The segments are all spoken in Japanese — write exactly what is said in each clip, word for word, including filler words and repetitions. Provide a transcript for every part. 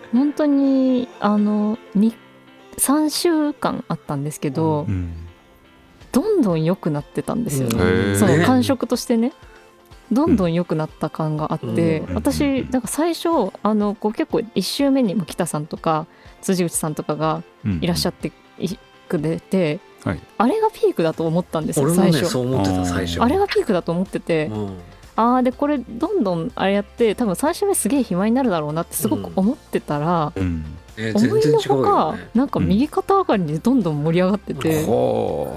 本当にあのさんしゅうかんあったんですけど、うん、どんどん良くなってたんですよ、うん、その感触としてねどんどん良くなった感があって、うん、私なんか最初あのこう結構いち周目にも北さんとか辻内さんとかがいらっしゃってくれて、うんはい、あれがピークだと思ったんですよ。 俺もね最初そう思ってた最初あれがピークだと思ってて、うん、あーでこれどんどんあれやって多分さん週目すげえ暇になるだろうなってすごく思ってたら、うんうんえー、思いのほか、ね、なんか右肩上がりにどんどん盛り上がってて、うん、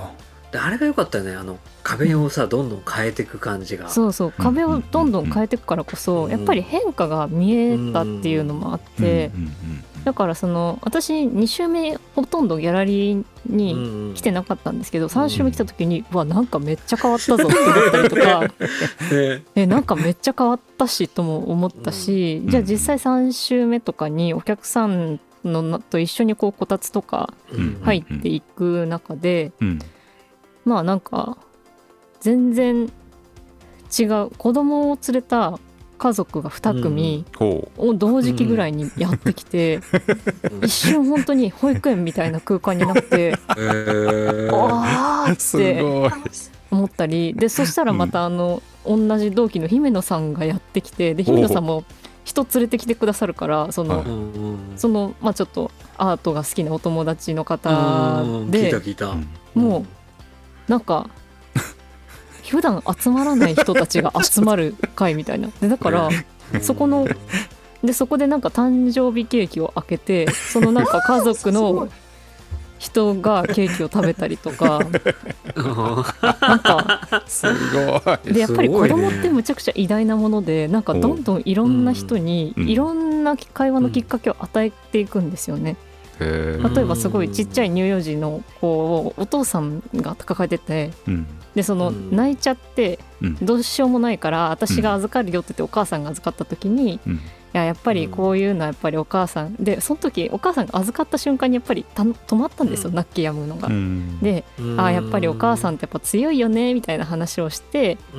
であれが良かったよねあの壁をさどんどん変えていく感じが、 そうそう壁をどんどん変えていくからこそ、うん、やっぱり変化が見えたっていうのもあって、うん、だからその私に週目ほとんどギャラリーに来てなかったんですけど、うん、さん週目来た時に、うん、わなんかめっちゃ変わったぞって思ったりとかえなんかめっちゃ変わったしとも思ったし、うん、じゃあ実際さん週目とかにお客さんのと一緒にこうこたつとか入っていく中で、うん、まあなんか全然違う子供を連れた家族がに組を同時期ぐらいにやってきて、うん、一瞬本当に保育園みたいな空間になって、えー、わーって思ったりで、そしたらまたあの、うん、同じ同期の姫野さんがやってきて、で姫野さんも人連れてきてくださるからその、そのまあちょっとアートが好きなお友達の方で、 聞いた聞いた、 もうなんか普段集まらない人たちが集まる会みたいなで、だからそこのでそこでなんか誕生日ケーキを開けて、そのなんか家族の人がケーキを食べたりとかなんかすごいでやっぱり子供ってむちゃくちゃ偉大なもので、なんかどんどんいろんな人にいろんな会話のきっかけを与えていくんですよね。例えばすごいちっちゃい乳幼児の子をお父さんが抱えてて、うん、でその泣いちゃってどうしようもないから私が預かるよって言ってお母さんが預かった時に、うん、いややっぱりこういうのはやっぱりお母さんで、その時お母さんが預かった瞬間にやっぱりた止まったんですよ、うん、泣き止むのが、うん、で、あやっぱりお母さんってやっぱ強いよねみたいな話をして、うん、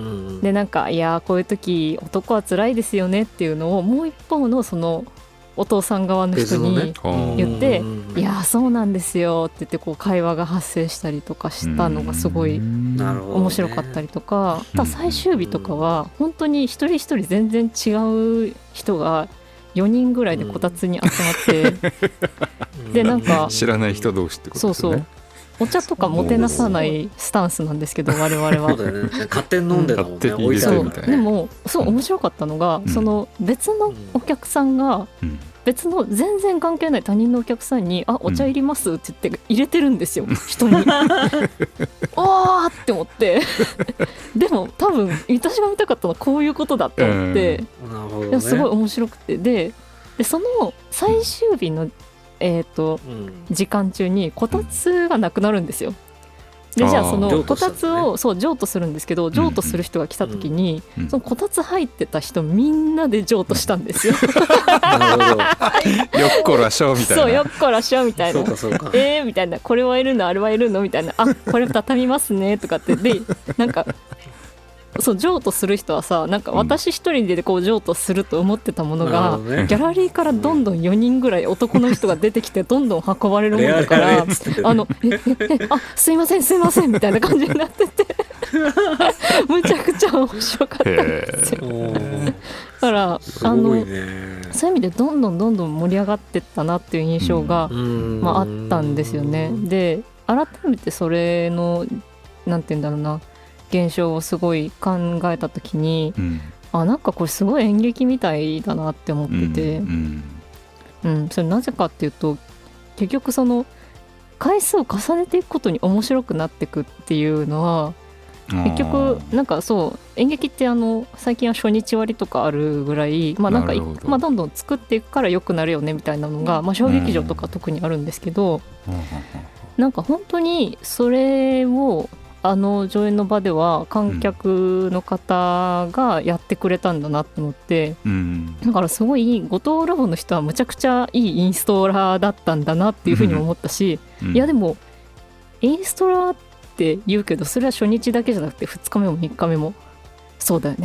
でなんかいやこういう時男は辛いですよねっていうのをもう一方のそのお父さん側の人に言って、ね、いやそうなんですよって言ってこう会話が発生したりとかしたのがすごい面白かったりとか、ただ最終日とかは本当に一人一人全然違う人がよにんぐらいでこたつに集まってでなんか知らない人同士ってことですよね。 そうそうお茶とかもてなさないスタンスなんですけど我々はそうだよね、勝手に飲んでたもんね、置いてあるみたいな。 でもそう面白かったのが、うん、その別のお客さんが、うん別の全然関係ない他人のお客さんにあお茶入りますって言って入れてるんですよ、うん、人にあーって思ってでも多分私が見たかったのはこういうことだと思って、うんね、すごい面白くて で, でその最終日の、えーとうん、時間中にこたつがなくなるんですよ。でじゃあそのこたつをそう譲渡するんですけど、譲渡する人が来た時に、うんうん、そのこたつ入ってた人みんなで譲渡したんですよなるほどよっこらしょみたいな、 そうよっこらしょみたいなそうかそうかえーみたいな、これはいるのあれはいるのみたいな、あこれ畳みますねとかってでなんかそう譲渡する人はさ、なんか私一人でこう譲渡すると思ってたものが、うんね、ギャラリーからどんどんよにんぐらい男の人が出てきてどんどん運ばれるものだからあのえええあすいませんすいませんみたいな感じになっててむちゃくちゃ面白かったんですよ。だからあのそういう意味でどんどんどんどん盛り上がってったなっていう印象が、うんまあ、あったんですよね。で改めてそれのなんて言うんだろうな現象をすごい考えたときに、うん、あなんかこれすごい演劇みたいだなって思ってて、うんうんうん、それなぜかっていうと結局その回数を重ねていくことに面白くなっていくっていうのは結局なんかそう演劇ってあの最近は初日割とかあるぐらい、まあなんかど、まあ、どんどん作っていくから良くなるよねみたいなのが、まあ、小劇場とか特にあるんですけど、うん、なんか本当にそれをあの上演の場では観客の方がやってくれたんだなって思って、うん、だからすごい後藤ラボの人はむちゃくちゃいいインストラーだったんだなっていうふうに思ったし、うん、いやでもインストラーって言うけどそれは初日だけじゃなくてふつかめもみっかめもそうだよね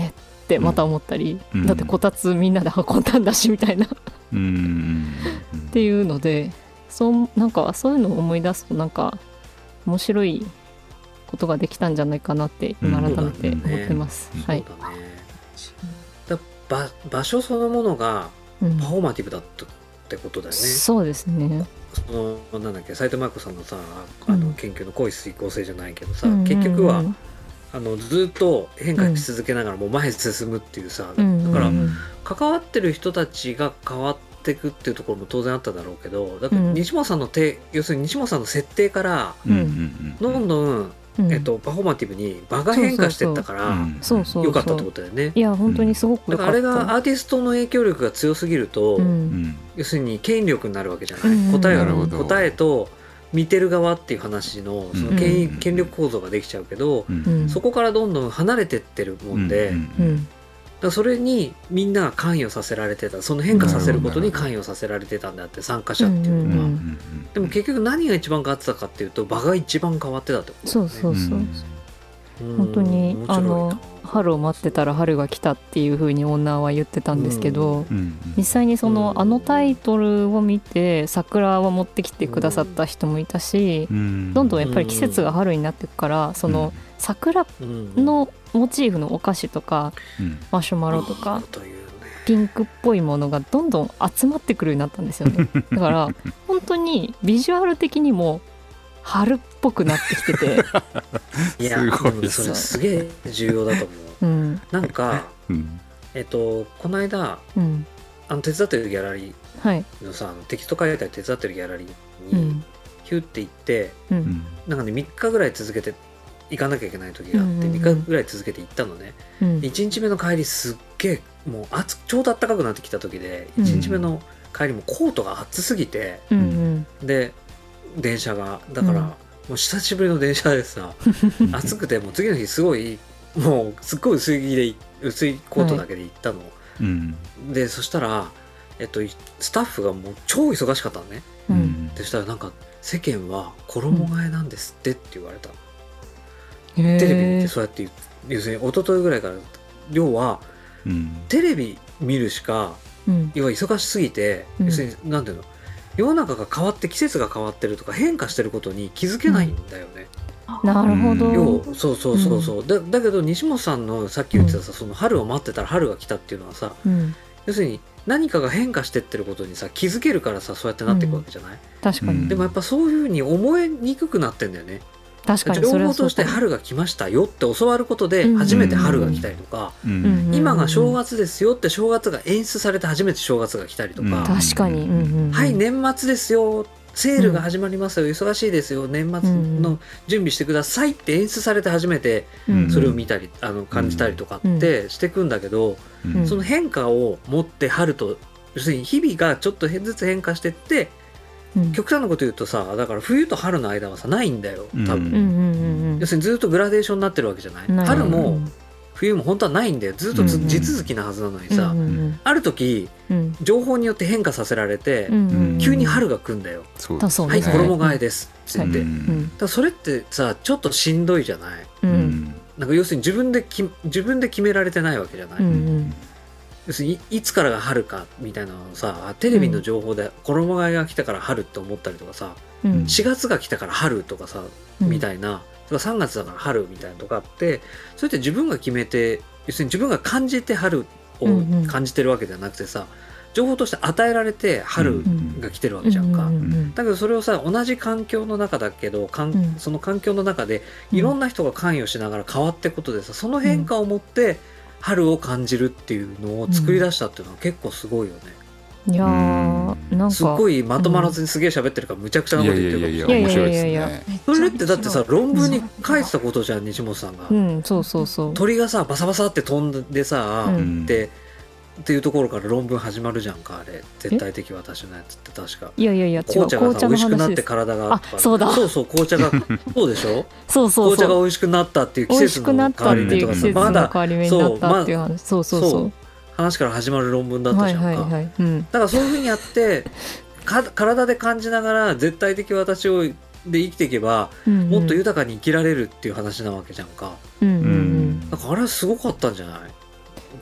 ってまた思ったり、 うん、 だってこたつみんなで運んだんだしみたいなうん、 っていうので、そうなんかそういうのを思い出すとなんか面白いことができたんじゃないかなって今改めて思ってます。 うん、 はい。 そうだね。だ場、場所そのものがパフォーマティブだったってことだよね。うん、 そうですね。 そのなんだっけ斉藤真理子さんのさあの研究の行為遂行性じゃないけどさ、 うん、 結局はあのずっと変化し続けながらもう前に進むっていうさ、うん、だから関わってる人たちが変わっていくっていうところも当然あっただろうけど、だから西本さんの手、要するに西本さんの設定からどんどん、うんえっと、パフォーマティブに場が変化していったから良かったってことだよね。 いや本当にすごく良かった。 だからあれがアーティストの影響力が強すぎると、うん、要するに権力になるわけじゃない、うん、答えが答えと見てる側っていう話のその 権,、うん、権力構造ができちゃうけど、うん、そこからどんどん離れてってるもんで、うん、だからそれにみんなが関与させられてた、その変化させることに関与させられてたんだって、参加者っていうのは、うん、でも結局何が一番変わってたかっていうと場が一番変わってたってことだよね。 そうそうそう、うん、本当にあの春を待ってたら春が来たっていう風にオーナーは言ってたんですけど、うん、実際にその、うん、あのタイトルを見て桜を持ってきてくださった人もいたし、うん、どんどんやっぱり季節が春になっていくからその桜のモチーフのお菓子とか、うん、マシュマロとか、ピンクっぽいものがどんどん集まってくるようになったんですよね。だから本当にビジュアル的にも春っぽくなってきてていやでもそれすげえ重要だと思う、うん、なんか、うん、えっとこの間、うん、あの手伝ってるギャラリーのさ、はい、テキスト書いたり手伝ってるギャラリーに、うん、ヒュッて行って、うん、なんかねみっかぐらい続けて行かなきゃいけない時があって、うんうんうん、みっかぐらい続けて行ったのね、うん、いちにちめの帰りすっげえもう暑ちょうど暖かくなってきた時で、いちにちめの帰りもコートが暑すぎて、うんうん、で電車がだから、うん、もう久しぶりの電車でさ暑くてもう次の日すごいもうすっごい薄い着で薄いコートだけで行ったの、はい、でそしたら、えっと、スタッフがもう超忙しかったのね、うん、でそしたらなんか世間は衣替えなんですってって言われた、うん、テレビ見てそうやって言う要するに一昨日ぐらいから要は、うん、テレビ見るしか、うん、要は忙しすぎて、うん、要するになんていうの世の中が変わって季節が変わってるとか変化してることに気づけないんだよね、 うん、なるほど。 要そうそうそうそう、うん、だ, だけど西本さんのさっき言ってたさ、うん、その春を待ってたら春が来たっていうのはさ、うん、要するに何かが変化してってることにさ気づけるからさそうやってなっていくわけじゃない、うん、 確かに。 でもやっぱそういう風に思いにくくなってんだよね。 確かに情報として春が来ましたよって教わることで初めて春が来たりとか、うんうんうん、今が正月ですよって正月が演出されて初めて正月が来たりとか、うん、 確かに、うんうんうん、 はい年末ですよセールが始まりますよ、うん、忙しいですよ年末の準備してくださいって演出されて初めてそれを見たり、うん、あの感じたりとかってしていくんだけど、うん、その変化を持って春と要するに日々がちょっとずつ変化してってうん、極端なこと言うとさだから冬と春の間はさないんだよ多分、うん、要するにずっとグラデーションになってるわけじゃない、うん、春も冬も本当はないんだよずっと地続きなはずなのにさ、うん、ある時、うん、情報によって変化させられて、うん、急に春が来るんだよ、うん、はい衣替えですって言って、うん、だからそれってさちょっとしんどいじゃない、うん、なんか要するに自分でき自分で決められてないわけじゃない、うん要するに い, いつからが春かみたいなのをさテレビの情報で衣替えが来たから春って思ったりとかさ、うん、しがつが来たから春とかさ、うん、みたいなとかさんがつだから春みたいなとかってそれって自分が決めて要するに自分が感じて春を感じてるわけじゃなくてさ、うんうん、情報として与えられて春が来てるわけじゃんか、うんうんうん、だけどそれをさ同じ環境の中だけどかん、うん、その環境の中でいろんな人が関与しながら変わっていくことでさその変化を持って春を感じるっていうのを作り出したっていうのは結構すごいよね、 うん、いやーなんかすごいまとまらずにすげえ喋ってるからむちゃくちゃなこと言ってるかもしれない。 いやいやいや面白いですね。 それってだってさ論文に書いてたことじゃん西本さんが、 うん、そうそうそう鳥がさバサバサって飛んでさ、うん、でっていうところから論文始まるじゃんかあれ絶対的私のやつって確かいやいやいや紅茶がさ美味しくなって体があそうだそうそう紅茶がそうでしょそうそうそう紅茶が美味しくなったっていう季節の変わり目とかさまだ変わり目になったっていう話そうそうそうそう話から始まる論文だったじゃんか、はいはいはいうん、だからそういうふうにやってか体で感じながら絶対的私をで生きていけば、うんうん、もっと豊かに生きられるっていう話なわけじゃんか、うんうんうん、だからあれはすごかったんじゃない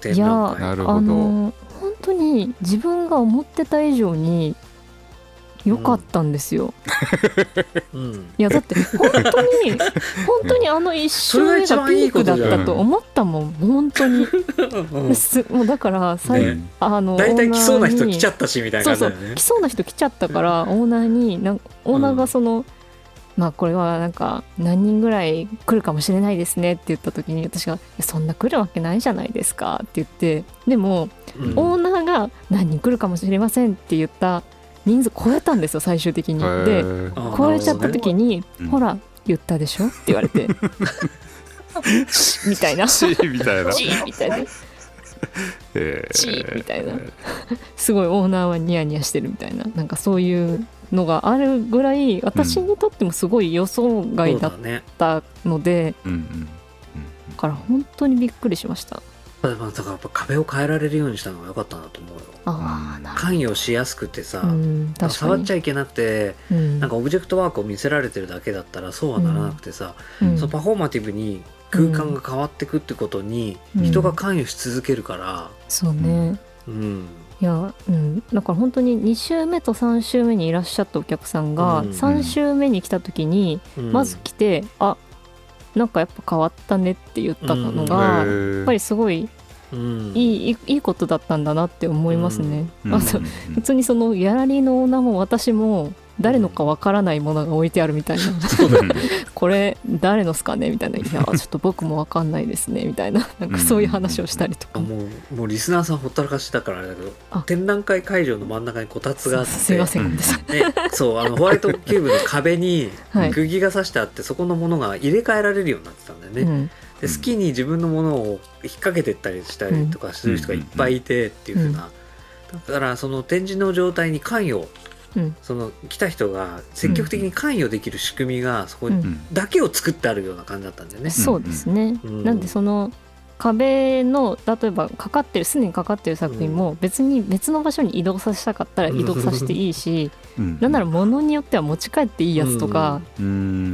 展覧会。 なるほど。 あの本当に自分が思ってた以上に良かったんですよ、うん、いやだって本当に本当にあの一周目がピークだったと思ったもん本当に、うん、すもうだからさ、ね、あの大体来そうな人来ちゃったしみたいな感じだよね。 そうそう来そうな人来ちゃったからオーナーになんオーナーがその、うんまあこれはなんか何人ぐらい来るかもしれないですねって言った時に私がそんな来るわけないじゃないですかって言ってでも、うん、オーナーが何人来るかもしれませんって言った人数超えたんですよ最終的に。で超えちゃった時に、ね、ほら言ったでしょって言われてみたいなチーみたいなチーみたいなチーみたいなすごいオーナーはニヤニヤしてるみたいななんかそういうのがあるぐらい私にとってもすごい予想外だったので、うん、だから本当にびっくりしました。 だからやっぱ壁を変えられるようにしたのが良かったなと思うよ。あ関与しやすくてさ、うん、触っちゃいけなくて、うん、なんかオブジェクトワークを見せられてるだけだったらそうはならなくてさ、うん、そのパフォーマティブに空間が変わってくってことに人が関与し続けるから、 うん、そうね、うんいやうん、だから本当にに週目とさん週目にいらっしゃったお客さんがさん週目に来た時にまず来て、うん、あなんかやっぱ変わったねって言ったのが、うん、やっぱりすごいいい、いいことだったんだなって思いますね、うん、あと普通にそのギャラリーのオーナーも私も誰のかわからないものが置いてあるみたいなこれ誰のすかねみたいないやちょっと僕もわかんないですねみたいななんかそういう話をしたりとか、 うん、もう、もうリスナーさんほったらかしだからあれだけど展覧会会場の真ん中にこたつがあってすいません、ね、 そうあのホワイトキューブの壁に釘が刺してあって、はい、そこのものが入れ替えられるようになってたんだよね、うんで好きに自分のものを引っ掛けてったりしたりとかする人がいっぱいいてっていう風な、うん、だからその展示の状態に関与、うん、その来た人が積極的に関与できる仕組みがそこだけを作ってあるような感じだったんだよね、うん、 そうですね、うん、なんでその壁の例えばかかってるすでにかかってる作品も別に別の場所に移動させたかったら移動させていいし、うん、なんなら物によっては持ち帰っていいやつとか、うん、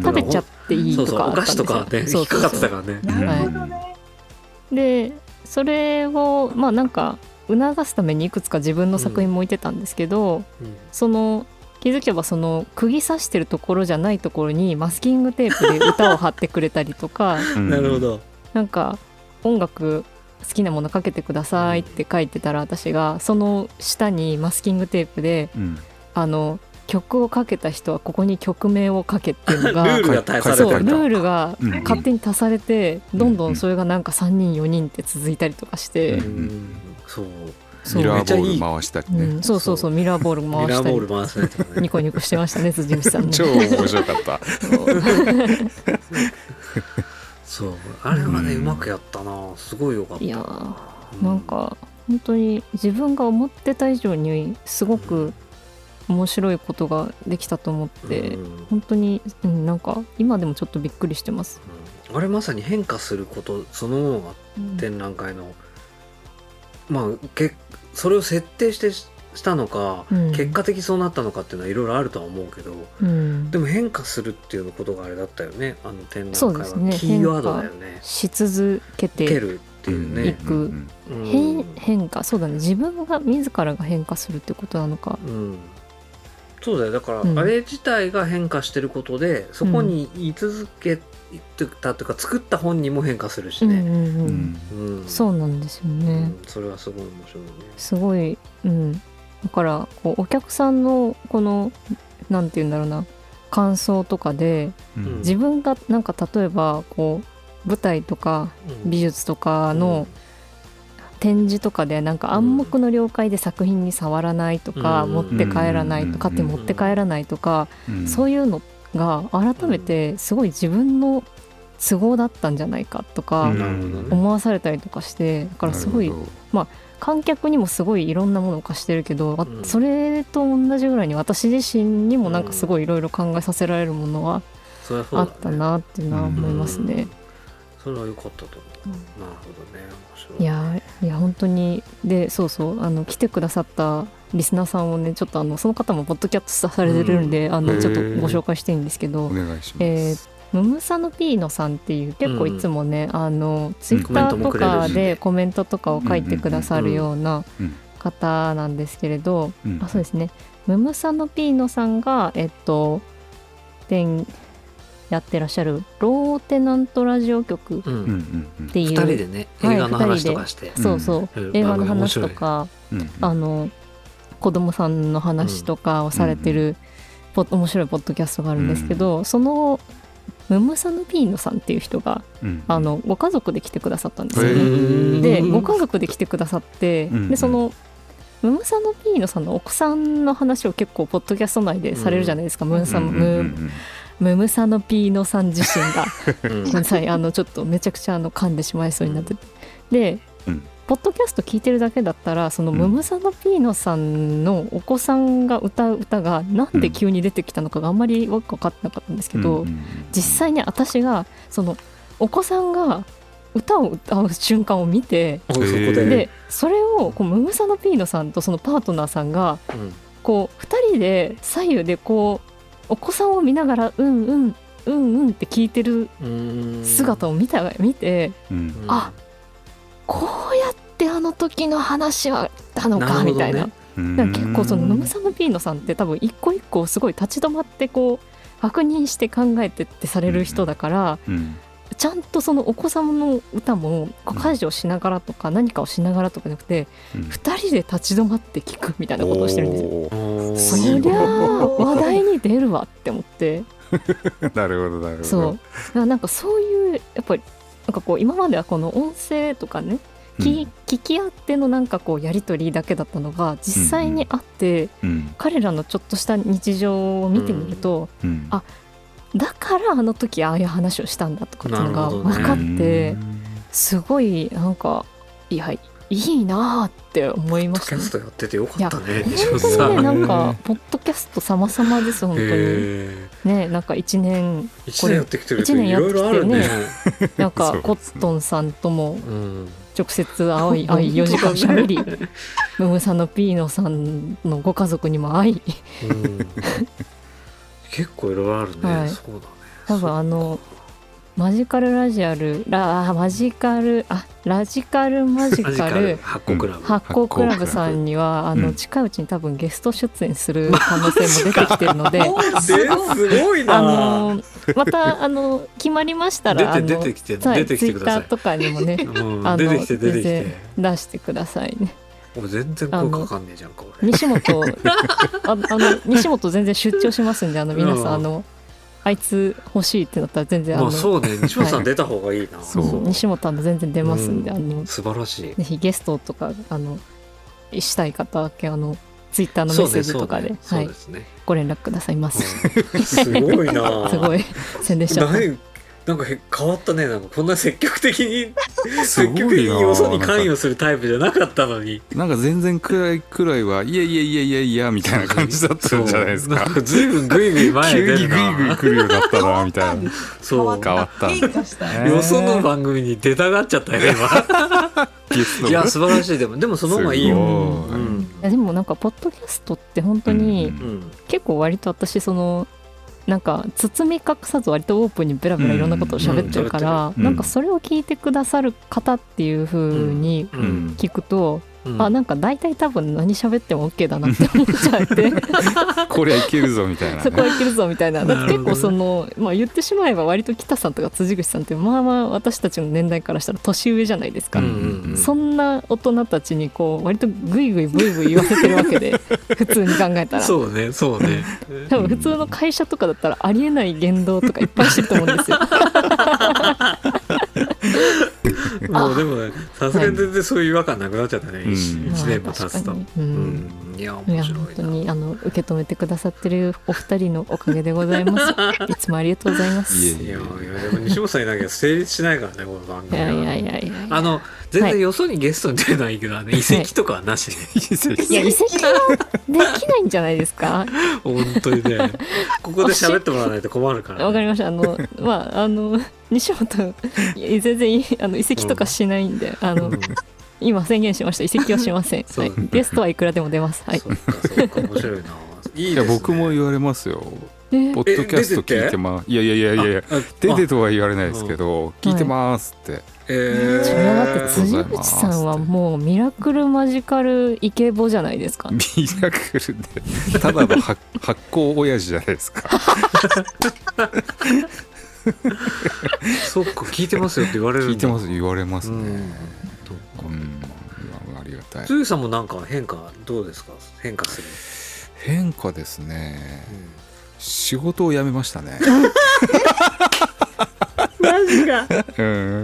食べちゃっていいとかあったんですよ。 そうそうお菓子とかね引っかかってたからね。 なるほどね、はい、でそれをまあなんか促すためにいくつか自分の作品も置いてたんですけど、うん、その気づけばその釘刺してるところじゃないところにマスキングテープで歌を貼ってくれたりとかなるほどなんか音楽好きなものかけてくださいって書いてたら私がその下にマスキングテープで、うん、あの曲をかけた人はここに曲名をかけっていうのがルールが足されてそうルールが勝手に足されて、うん、どんどんそれがなんかさんにんよにんって続いたりとかして、うん、 そうミラーボール回したりね、 うん、そうそうそうミラーボール回したりミラーボール回したりとか、ね、ニコニコしてましたね辻口さんね超面白かったそうあれはね、うん、うまくやったなすごいよかった。 いやなんか本当に自分が思ってた以上にすごく面白いことができたと思って、うん、本当に、うん、なんか今でもちょっとびっくりしてます、 うん、あれまさに変化することそのものが展覧会の、うん、まあけそれを設定してしたのか、うん、結果的そうなったのかっていうのはいろいろあるとは思うけど、うん、でも変化するっていうことがあれだったよねあの展覧会は、ね、キーワードだよね。 し続けてるっていうね、 いく、うんうん、変, 変化そうだね自分が自らが変化するってことなのか、うん、 そうだよだから、うん、あれ自体が変化してることでそこに居続けたというか作った本人も変化するしね、うんうんうんうん、そうなんですよね、うん、 それはすごい面白いねすごい、うんだからこうお客さんのこのなんて言うんだろうな感想とかで、うん、自分がなんか例えばこう舞台とか美術とかの展示とかでなんか暗黙の了解で作品に触らないとか、うん、持って帰らないとか、うん、勝手に持って帰らないとか、うん、そういうのが改めてすごい自分の都合だったんじゃないかとか思わされたりとかしてだからすごいまあ観客にもすごいいろんなものを貸してるけど、うん、それと同じぐらいに私自身にもなんかすごいいろいろ考えさせられるものはあったなっていうのは思いますね。 それは良かったと思う、うん、なるほどね面白い。 いやいや本当にでそうそうあの来てくださったリスナーさんをねちょっとあのその方もポッドキャストされてるんで、うん、あのちょっとご紹介していいんですけど、 お願いします。 えームムサノピーノさんっていう結構いつもね、うん、あのツイッターとかでコメントとかを書いてくださるような方なんですけれど、うんうん、あそうですねムムサノピーノさんがえっとやってらっしゃるローテナントラジオ局っていう、うん、 ふたりでね映画の話とかして、はい、 そうそう、うん、映画の話とか、うん、あの子供さんの話とかをされてる、うん、面白いポッドキャストがあるんですけど、うん、そのムムサノピーノさんっていう人が、うん、あのご家族で来てくださったんですよね。でご家族で来てくださって、うん、でそのムムサノピーノさんのお子さんの話を結構ポッドキャスト内でされるじゃないですか、うん、ムムサノ、ムムムサノピーノさん自身がごめんなさいあのちょっとめちゃくちゃあの噛んでしまいそうになってて、で、うん、ポッドキャスト聞いてるだけだったらそのムムサノピーノさんのお子さんが歌う歌がなんで急に出てきたのかがあんまり分かってなかったんですけど、うん、実際に私がそのお子さんが歌を歌う瞬間を見て、でそれをこうムムサノピーノさんとそのパートナーさんがこうふたりで左右でこうお子さんを見ながらうんうんうんうんって聞いてる姿を見た見て、うん、あこうやってあの時の話はあったのかみたいな、ね、だから結構そのムムサノピーノさんって多分一個一個すごい立ち止まってこう確認して考えてってされる人だから、うんうん、ちゃんとそのお子様の歌も家事をしながらとか何かをしながらとかじゃなくて、うん、ふたりで立ち止まって聞くみたいなことをしてるんですよ。そりゃ話題に出るわって思ってなるほどなるほど。 そうなんかそういうやっぱりなんかこう今まではこの音声とかね、うん、聞, 聞き合ってのなんかこうやり取りだけだったのが実際にあって、うんうん、彼らのちょっとした日常を見てみると、うんうん、あだからあの時ああいう話をしたんだとかっていうのが分かって、すごいなんかいやいいなって思いましたね。 ポッドキャストやっててよかったね。 本当にねなんかポッドキャスト様々です本当にね。なんかいちねん一年やってきてるっていろいろあるね。 なんかコットンさんとも直接会い会いよじかんしゃべりムムサノピーノさんのご家族にも会い結構いろいろあるね、はい、そうだね。 多分あのマジカルラジアルラマジカルあラジカルマジカル発行クラブ発行クラブさんにはあの近いうちに多分ゲスト出演する可能性も出てきてるので、 すごいな。 あのまたあの決まりましたら出て出てきて出てきてください。 ツイッターとかにもね、 うん、あの出てきて出てきて出してくださいね。 俺全然声かかんねえじゃんか俺。 西本ああの西本全然出張しますんであの皆さん、うん、あのあいつ欲しいってなったら全然あの、まあ、 そうね西本さん出た方がいいな、はい、 そう西本さん全然出ますんで、うん、あの素晴らしい。 ぜひゲストとかあのしたい方はあのツイッターのメッセージとかで、はい、ご連絡くださいます、 うん、すごいなすごい宣伝しちゃった。 なんか変わったね。なんかこんな積極的に積極的によそに関与するタイプじゃなかったのに、 なんか全然くらいくらいはいやいやいやいやいやみたいな感じだったんじゃないですか。 なんかずいぶんグイグイ前に出るな、 急にグイグイ来るようになったなみたいな。 そう変わった。 よその番組に出たがっちゃったよ今。いや素晴らしい。でもでもその方がいいよ。うん、 いやでもなんかポッドキャストって本当に、うんうん、結構割と私そのなんか包み隠さず割とオープンにベラベラいろんなことを喋ってるから、うんうん、なんかそれを聞いてくださる方っていう風に聞くと、うん、あなんか大体多分何喋っても OK だなって思っちゃってこれはいけるぞみたいな、ね、 そこはいけるぞみたいな。だって結構その、まあ、言ってしまえば割と北さんとか辻口さんってまあまあ私たちの年代からしたら年上じゃないですか、うんうんうん、そんな大人たちにこう割とグイグイブイブイ言わせてるわけで普通に考えたらそうねそうね多分普通の会社とかだったらありえない言動とかいっぱいしてると思うんですよもうでもねさすがに全然そういう違和感なくなっちゃったね、はい、いちねんも経つと、うんうん、いや面白いな。いや本当にあの受け止めてくださってるお二人のおかげでございますいつもありがとうございます。 いやいやでも西本さんいなきゃ成立しないからねこの番組は。 いやいやいやいやあの全然よそにゲストに出るのはいいけど、ね、遺跡とかはなしね、 はい、いや遺跡はできないんじゃないですか本当にねここで喋ってもらわないと困るから、ね、 わかりました。あのまああの西本全然あの遺跡とかしないんで、うん、あの、うん、今宣言しました。遺跡はしません、はい、ゲストはいくらでも出ます。はい、 そっかそっか面白いな。いいですね。 いや僕も言われますよ。 ポッドキャスト聞いてます。いやいやいやいやいや、出てとは言われないですけど、聞いてますって。 えー、それはだって辻口さんはもうミラクルマジカルイケボじゃないですか。 ミラクルでただの発酵親父じゃないですか。 そっか、聞いてますよって言われるんだ。 聞いてます、言われますね。うん、うん、ありがたい。 辻口さんもなんか変化どうですか？変化する変化ですね、うん、仕事を辞めましたね。 マジか。 うん、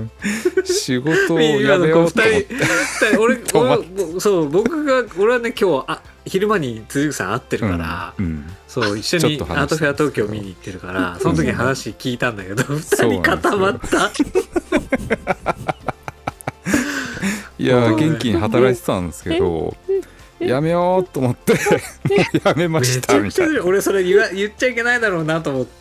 仕事を辞めようと思って。 俺俺そう僕が俺はね今日あ昼間に辻口さん会ってるから、うんうん、そう一緒にアートフェア東京見に行ってるからその時に話聞いたんだけどふたり固まった。 いや元気に働いてたんですけどやめようと思ってやめましたみたいな。 俺それ言わ言っちゃいけないだろうなと思って、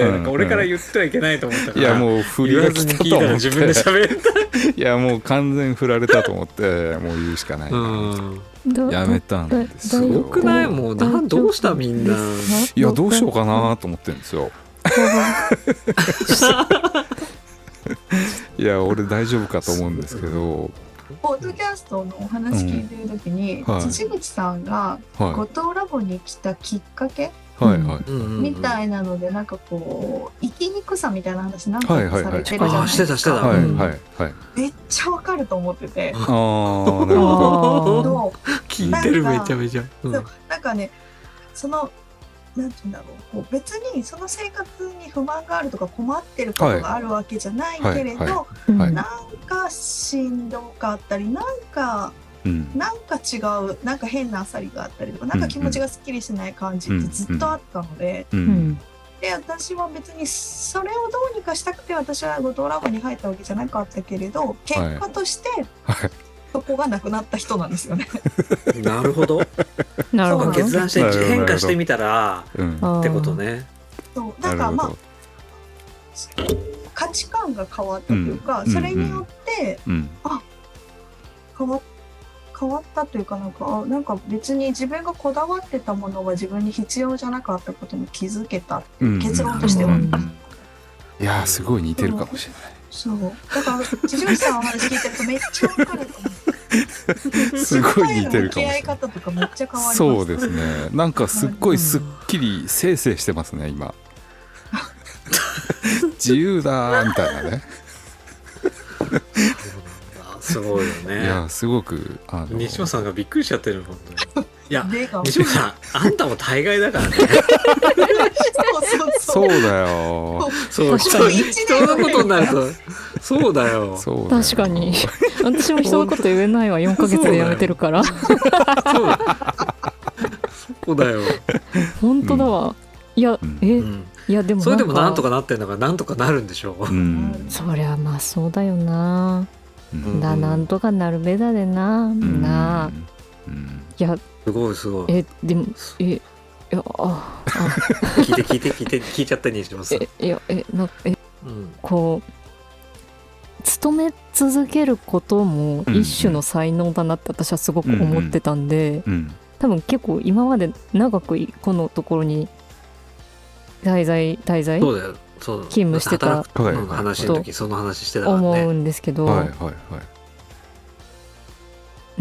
うんうん、なんか俺から言ってはいけないと思ったから、 いやもう振りが来たと思って自分で喋れた。 いやもう完全振られたと思ってもう言うしかないな、うんやめたんですよ。 すごくない？もうなどうしたみんな。 いやどうしようかなと思ってるんですよ。いや俺大丈夫かと思うんですけど、 ポッドキャストのお話聞いてる時に、うんはい、辻口さんが五島ラボに来たきっかけ、はいはい、みたいなのでなんかこう生きにくさみたいな話何回かされてるじゃないですか。 あしてたしてた、 はいはいはい、 めっちゃわかると思ってて。 ああなるほど。聞いてるめちゃめちゃ。 うん、そうなんかねそのなんていうんだろう、こう別にその生活に不満があるとか困ってることがあるわけじゃないけれど、はいはいはい、なんかしんどかったりなんか、うん、なんか違うなんか変なあさりがあったりとかなんか気持ちがすっきりしない感じってずっとあったので、うんうん、で私は別にそれをどうにかしたくて私は五島ラボに入ったわけじゃなかったけれど結果として、はいはい、そこがなくなった人なんですよね。 なるほど。なるほど。決断して変化してみたら、うん、ってことね。 そうなんかまあ価値観が変わったというか、うん、それによって、うん、あ変わ変わったというかなんかなんか別に自分がこだわってたものが自分に必要じゃなかったことに気づけた、うん、結論としては。うん、 いやすごい似てるかもしれない。 そうだから辻口さんの話聞いてるとめっちゃ分かると思う。 すごい似てるかもしれない。 向き合い方とかめっちゃ変わります。 そうですね。なんかすっごいすっきりせいせいしてますね今。自由だみたいなね。 すごいよね。 いやすごくあの西本さんがびっくりしちゃってる本当に。いや西本さんあんたも大概だからね。 そうだよ。 そう人のことになるとそうだよ。 そう確かに私も人のこと言えないわよんかげつで辞めてるから。そうそこだよ。 本当だわ。いや、うん、え、うん、いやでもそれでもなんとかなってんだからなんとかなるんでしょう。うん、 そりゃまあそうだよな。うん、だなんとかなるべだでな、うん、なあ、うん、いやすごいすごい。 えでもえいやああ聞いて聞いて聞いて聞いちゃったにします。 えいやえなんかえ、うん、こう勤め続けることも一種の才能だなって私はすごく思ってたんで、うんうん、多分結構今まで長くこのところに滞在滞在そうだよそう勤務してた話の時その話してたからね思うんですけど、はいはいはい、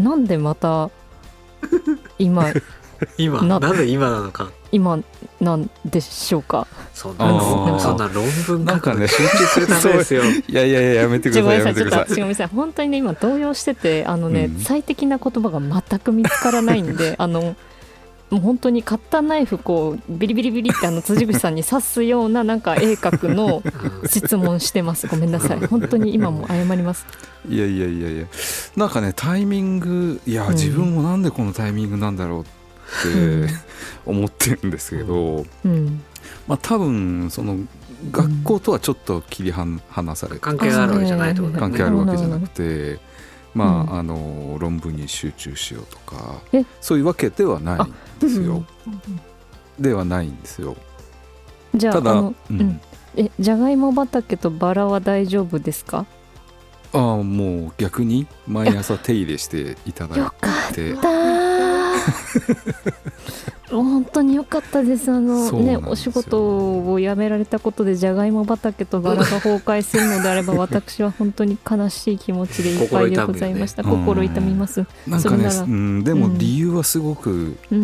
なんでまた今今な, なんで今なのか今なんでしょうか。 そん な, な, そんな論文書くの集中するためですよ。 いやいやいややめてくださいやめてください。 ごめんなさい本当にね今動揺しててあのね、うん、最適な言葉が全く見つからないんであのもう本当にカッターナイフこうビリビリビリってあの辻口さんに刺すようななんか鋭角の質問してます。ごめんなさい本当に今も謝ります。 いやいやいやいやなんかねタイミングいや、うん、自分もなんでこのタイミングなんだろうって思ってるんですけど、うん、まあ多分その学校とはちょっと切り離されて、うん、 関係あるわけじゃないってことね。 関係あるわけじゃなくてまあ、うん、あの論文に集中しようとかそういうわけではないんですよ、うん、ではないんですよ。 じゃあただあの、うん、えじゃがいも畑とバラは大丈夫ですか？ ああもう逆に毎朝手入れしていただいてよかった本当に良かったです。あのね、お仕事を辞められたことでじゃがいも畑とバラが崩壊するのであれば私は本当に悲しい気持ちでいっぱいでございました。心痛みます。 なんかね、うん、でも理由はすごく、うんうん、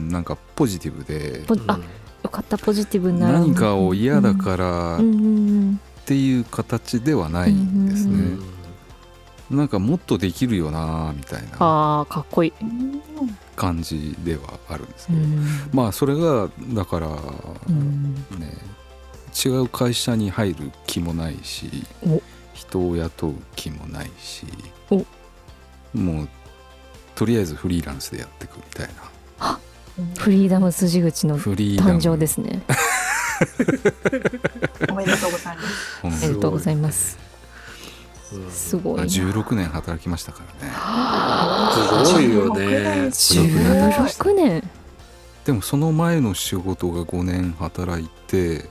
なんかポジティブで、 あ、よかった、ポジティブな何かを嫌だからっていう形ではないんですね、うんうんうん、なんかもっとできるよなみたいな、 あ、かっこいい感じではあるんですけど、うん、まあそれがだから、うん、ね、違う会社に入る気もないし、人を雇う気もないし、もうとりあえずフリーランスでやっていくみたいな、 フリーダム筋口の誕生ですね。 おめでとうございます。 おめでとうございます。すごいな。 じゅうろくねん働きましたからね。 すごいよね。 じゅうろくねん。 でもその前の仕事がごねん働いて、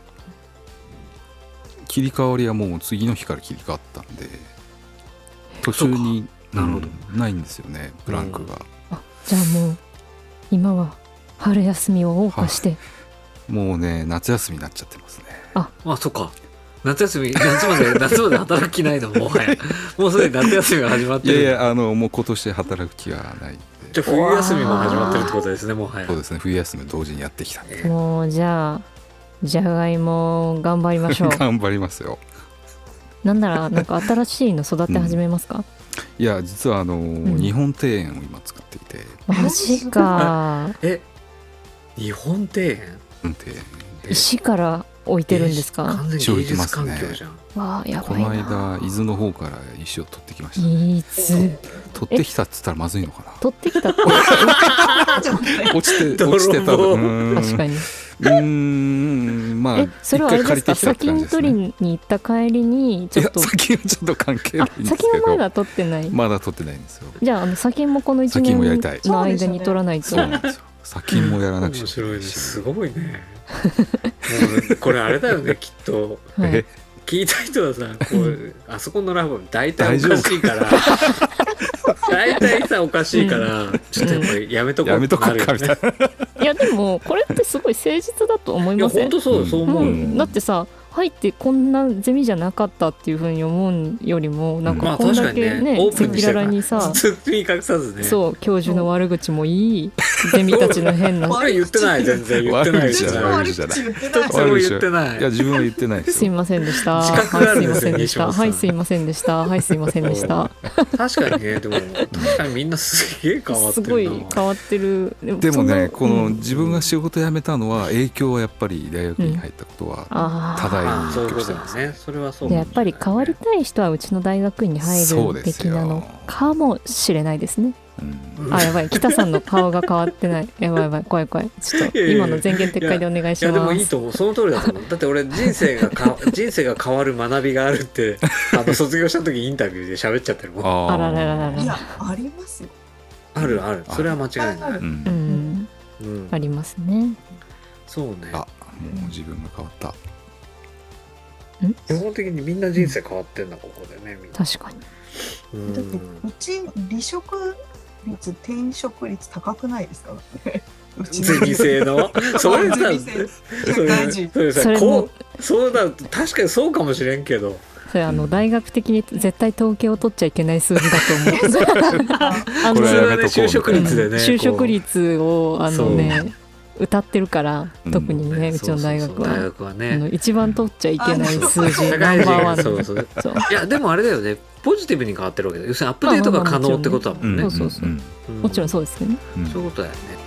切り替わりはもう次の日から切り替わったんで、途中に、なるほど、うん、ないんですよね、ブランクが、うん、 あ、じゃあもう今は春休みを謳歌して、はい、もうね、夏休みになっちゃってますね。 ああ、そっか、夏休み、夏まで夏まで働く気ないの、もはやもうすでに夏休みが始まってる。 いやいや、あのもう今年働く気はないんで。 じゃあ冬休みも始まってるってことですね、もはや。 そうですね、冬休み同時にやってきたんで、 もうじゃあじゃがいも頑張りましょう。 頑張りますよ。 なんならなんか新しいの育て始めますか？ うん、いや実はあの、うん、日本庭園を今作っていて。 マジか。 え、日本庭園？ 庭園石から置いてるんですか？ 完全に芸術環境じゃん。 わあ、やばいな。 この間伊豆の方から石を取ってきました、 ね。伊豆。 取ってきたっつったらまずいのかな。 取ってきたって。 落ちて落ちてた。 確かに。 うーん、まあ、 え、それはあれですか、先に取りに行った帰りにちょっと、 いや、先はちょっと関係ないんですけど、 先はまだ取ってない。 まだ取ってないんですよ。 じゃあ、あの先もこのいちねんの間に取らないと。 そうなんですよ。先もやらなくちゃ。 面白いね、すごいね。もうこれあれだよね、きっと。え、聞いた人はさ、こうあそこのラボ大体おかしいから。大体さ、おかしいから、うん、ちょっとやっぱりやめとこう、 やめとこうかみたいな。 いやでもこれってすごい誠実だと思いません？いや本当そう、そう思う、うん、 だってさ、入ってこんなゼミじゃなかったっていう風に思うよりも、なんかこんだけね、赤裸々にさ、 包み隠さずね、 そう、教授の悪口もいい、ゼミたちの変な悪い言ってない、全然言ってない、 全然悪口じゃない、 一つも言ってない。 いや自分は言ってないです。 すいませんでした。 自覚があるんですよ、 はいすいませんでした。はいすいませんでした。 確かにね、でも確かにみんなすげえ変わってるな。 すごい変わってる。 でもね、この自分が仕事辞めたのは影響はやっぱり大学に入ったことは多大に影響してます。 ね、それはそう、 ね、やっぱり変わりたい人はうちの大学院に入るべきなのかもしれないですね。うん、あ、やばい、北さんの顔が変わってない。やばいやばい、怖い怖い。ちょっと今の前言撤回でお願いします。いや、いやでもいいと思う、その通りだと思う。だって俺人生がか人生が変わる学びがあるってあの卒業した時インタビューで喋っちゃってるもん。 あららららら。 いや、ありますよ。 あるある、それは間違いない。うん、 うんうん、ありますね。 そうね。 あ、もう自分が変わった。 基本的にみんな人生変わってんだ、ここでね、みんな。 確かに。 うん、だってうち離職率、転職率高くないですか？ ゼミ生のそれだそれこうそうだ、確かにそうかもしれんけど、 それあの大学的に絶対統計を取っちゃいけない数字だと思う。 あの就職率でね、 就職率をあのね歌ってるから、特にね、うちの大学は、 大学はね、 一番取っちゃいけない数字ナンバーワン。 そうそうそう。いやでもあれだよね、ポジティブに変わってるわけだ。要するにアップデートが可能ってことだもんね。 そうそうそう。もちろんそうですよね。 そういうことだよね。